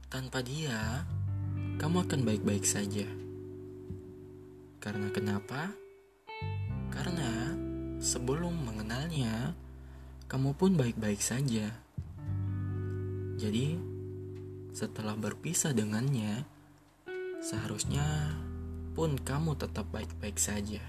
Tanpa dia, kamu akan baik-baik saja. Karena kenapa? Karena sebelum mengenalnya, kamu pun baik-baik saja. Jadi, setelah berpisah dengannya, seharusnya pun kamu tetap baik-baik saja.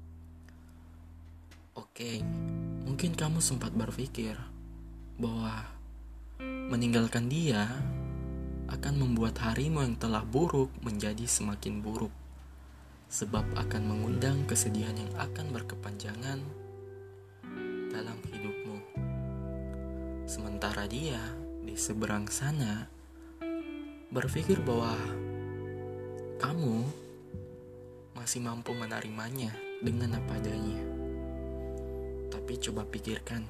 Oke, mungkin kamu sempat berpikir bahwa meninggalkan dia akan membuat harimu yang telah buruk menjadi semakin buruk, sebab akan mengundang kesedihan yang akan berkepanjangan dalam hidupmu. Sementara dia di seberang sana berpikir bahwa kamu masih mampu menerimanya dengan apa adanya. Tapi coba pikirkan,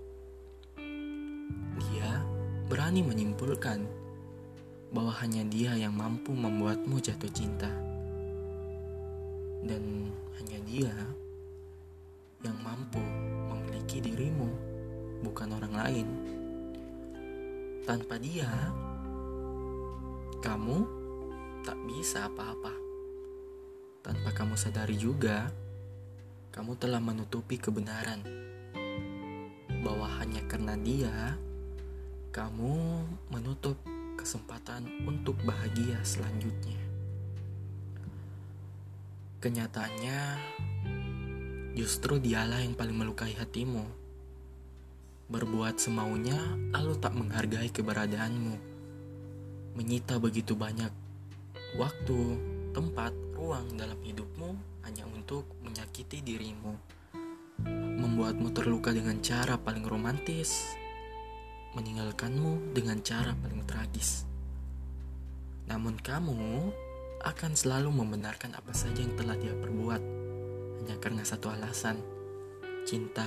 dia berani menyimpulkan bahwa hanya dia yang mampu membuatmu jatuh cinta. Dan hanya dia yang mampu memiliki dirimu, bukan orang lain. Tanpa dia, kamu tak bisa apa-apa. Tanpa kamu sadari juga, kamu telah menutupi kebenaran bahwa hanya karena dia, kamu menutup kesempatan untuk bahagia selanjutnya. Kenyataannya, justru dialah yang paling melukai hatimu. Berbuat semaunya lalu tak menghargai keberadaanmu. Menyita begitu banyak waktu, tempat, ruang dalam hidupmu hanya untuk menyakiti dirimu. Membuatmu terluka dengan cara paling romantis, meninggalkanmu dengan cara paling tragis. Namun kamu akan selalu membenarkan apa saja yang telah dia perbuat hanya karena satu alasan, cinta.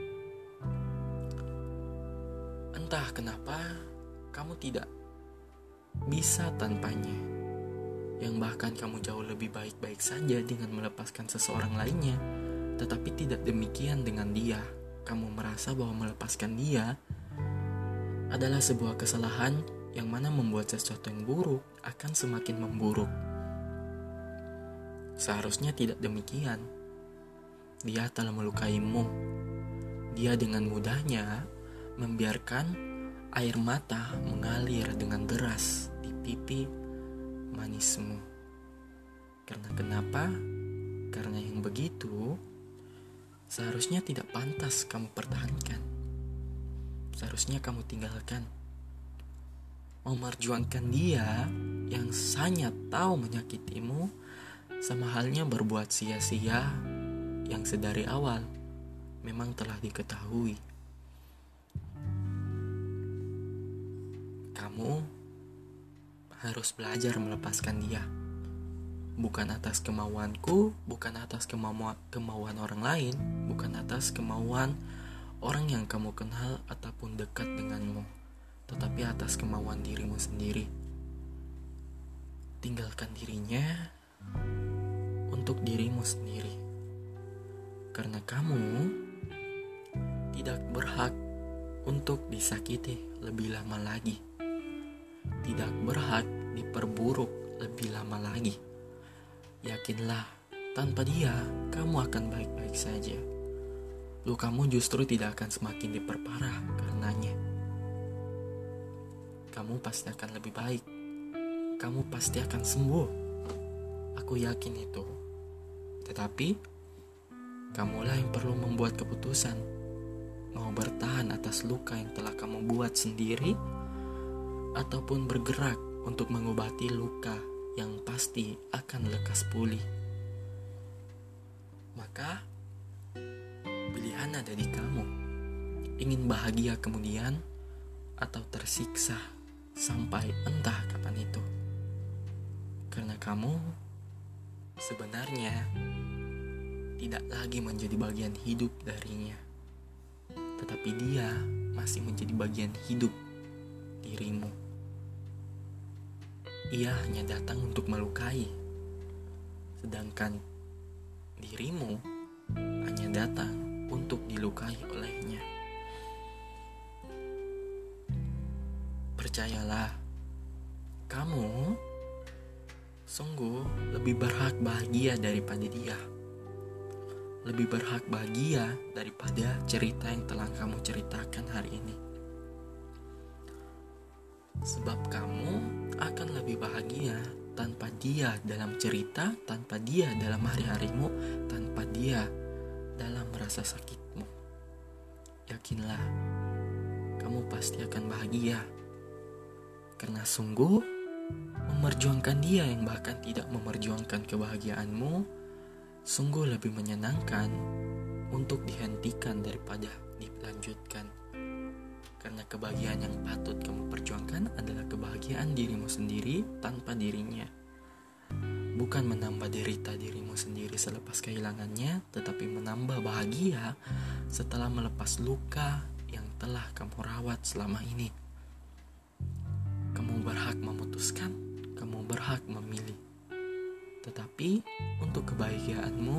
Entah kenapa kamu tidak bisa tanpanya, yang bahkan kamu jauh lebih baik-baik saja dengan melepaskan seseorang lainnya. Tetapi tidak demikian dengan dia. Kamu merasa bahwa melepaskan dia adalah sebuah kesalahan yang mana membuat sesuatu yang buruk akan semakin memburuk. Seharusnya tidak demikian. Dia telah melukaimu. Dia dengan mudahnya membiarkan air mata mengalir dengan deras di pipi manismu. Karena kenapa? Karena yang begitu seharusnya tidak pantas kamu pertahankan. Seharusnya kamu tinggalkan. Memerjuangkan dia yang hanya tahu menyakitimu, sama halnya berbuat sia-sia yang sedari awal memang telah diketahui. Kamu harus belajar melepaskan dia. Bukan atas kemauanku, bukan atas kemauan orang lain, bukan atas kemauan orang yang kamu kenal ataupun dekat denganmu, tetapi atas kemauan dirimu sendiri. Tinggalkan dirinya untuk dirimu sendiri. Karena kamu tidak berhak untuk disakiti lebih lama lagi. Tidak berhak diperburuk lebih lama lagi. Yakinlah, tanpa dia kamu akan baik-baik saja. Lukamu justru tidak akan semakin diperparah karenanya. Kamu pasti akan lebih baik. Kamu pasti akan sembuh. Aku yakin itu. Tetapi, kamulah yang perlu membuat keputusan. Mau bertahan atas luka yang telah kamu buat sendiri, ataupun bergerak untuk mengobati luka yang pasti akan lekas pulih. Maka, pilihan ada di kamu. Ingin bahagia kemudian atau tersiksa sampai entah kapan itu. Karena kamu sebenarnya tidak lagi menjadi bagian hidup darinya, tetapi dia masih menjadi bagian hidup dirimu. Ia hanya datang untuk melukai, sedangkan dirimu hanya datang untuk dilukai olehnya. Percayalah, Kamu sungguh lebih berhak bahagia daripada dia. Lebih berhak bahagia daripada cerita yang telah kamu ceritakan hari ini. Sebab kamu akan lebih bahagia tanpa dia dalam cerita, tanpa dia dalam hari-harimu, tanpa dia dalam rasa sakitmu. Yakinlah, kamu pasti akan bahagia. Karena sungguh memperjuangkan dia yang bahkan tidak memperjuangkan kebahagiaanmu sungguh lebih menyenangkan untuk dihentikan daripada dilanjutkan. Karena kebahagiaan yang patut kamu perjuangkan adalah kebahagiaan dirimu sendiri tanpa dirinya. Bukan menambah derita dirimu sendiri selepas kehilangannya, tetapi menambah bahagia setelah melepas luka yang telah kamu rawat selama ini. Kamu berhak memutuskan, kamu berhak memilih. Tetapi untuk kebahagiaanmu,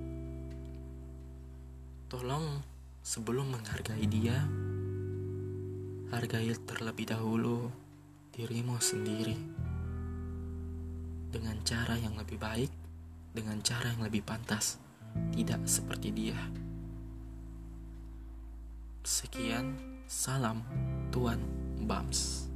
tolong sebelum menghargai dia, hargai terlebih dahulu dirimu sendiri. Dengan cara yang lebih baik, dengan cara yang lebih pantas, tidak seperti dia. Sekian, salam Tuan Bams.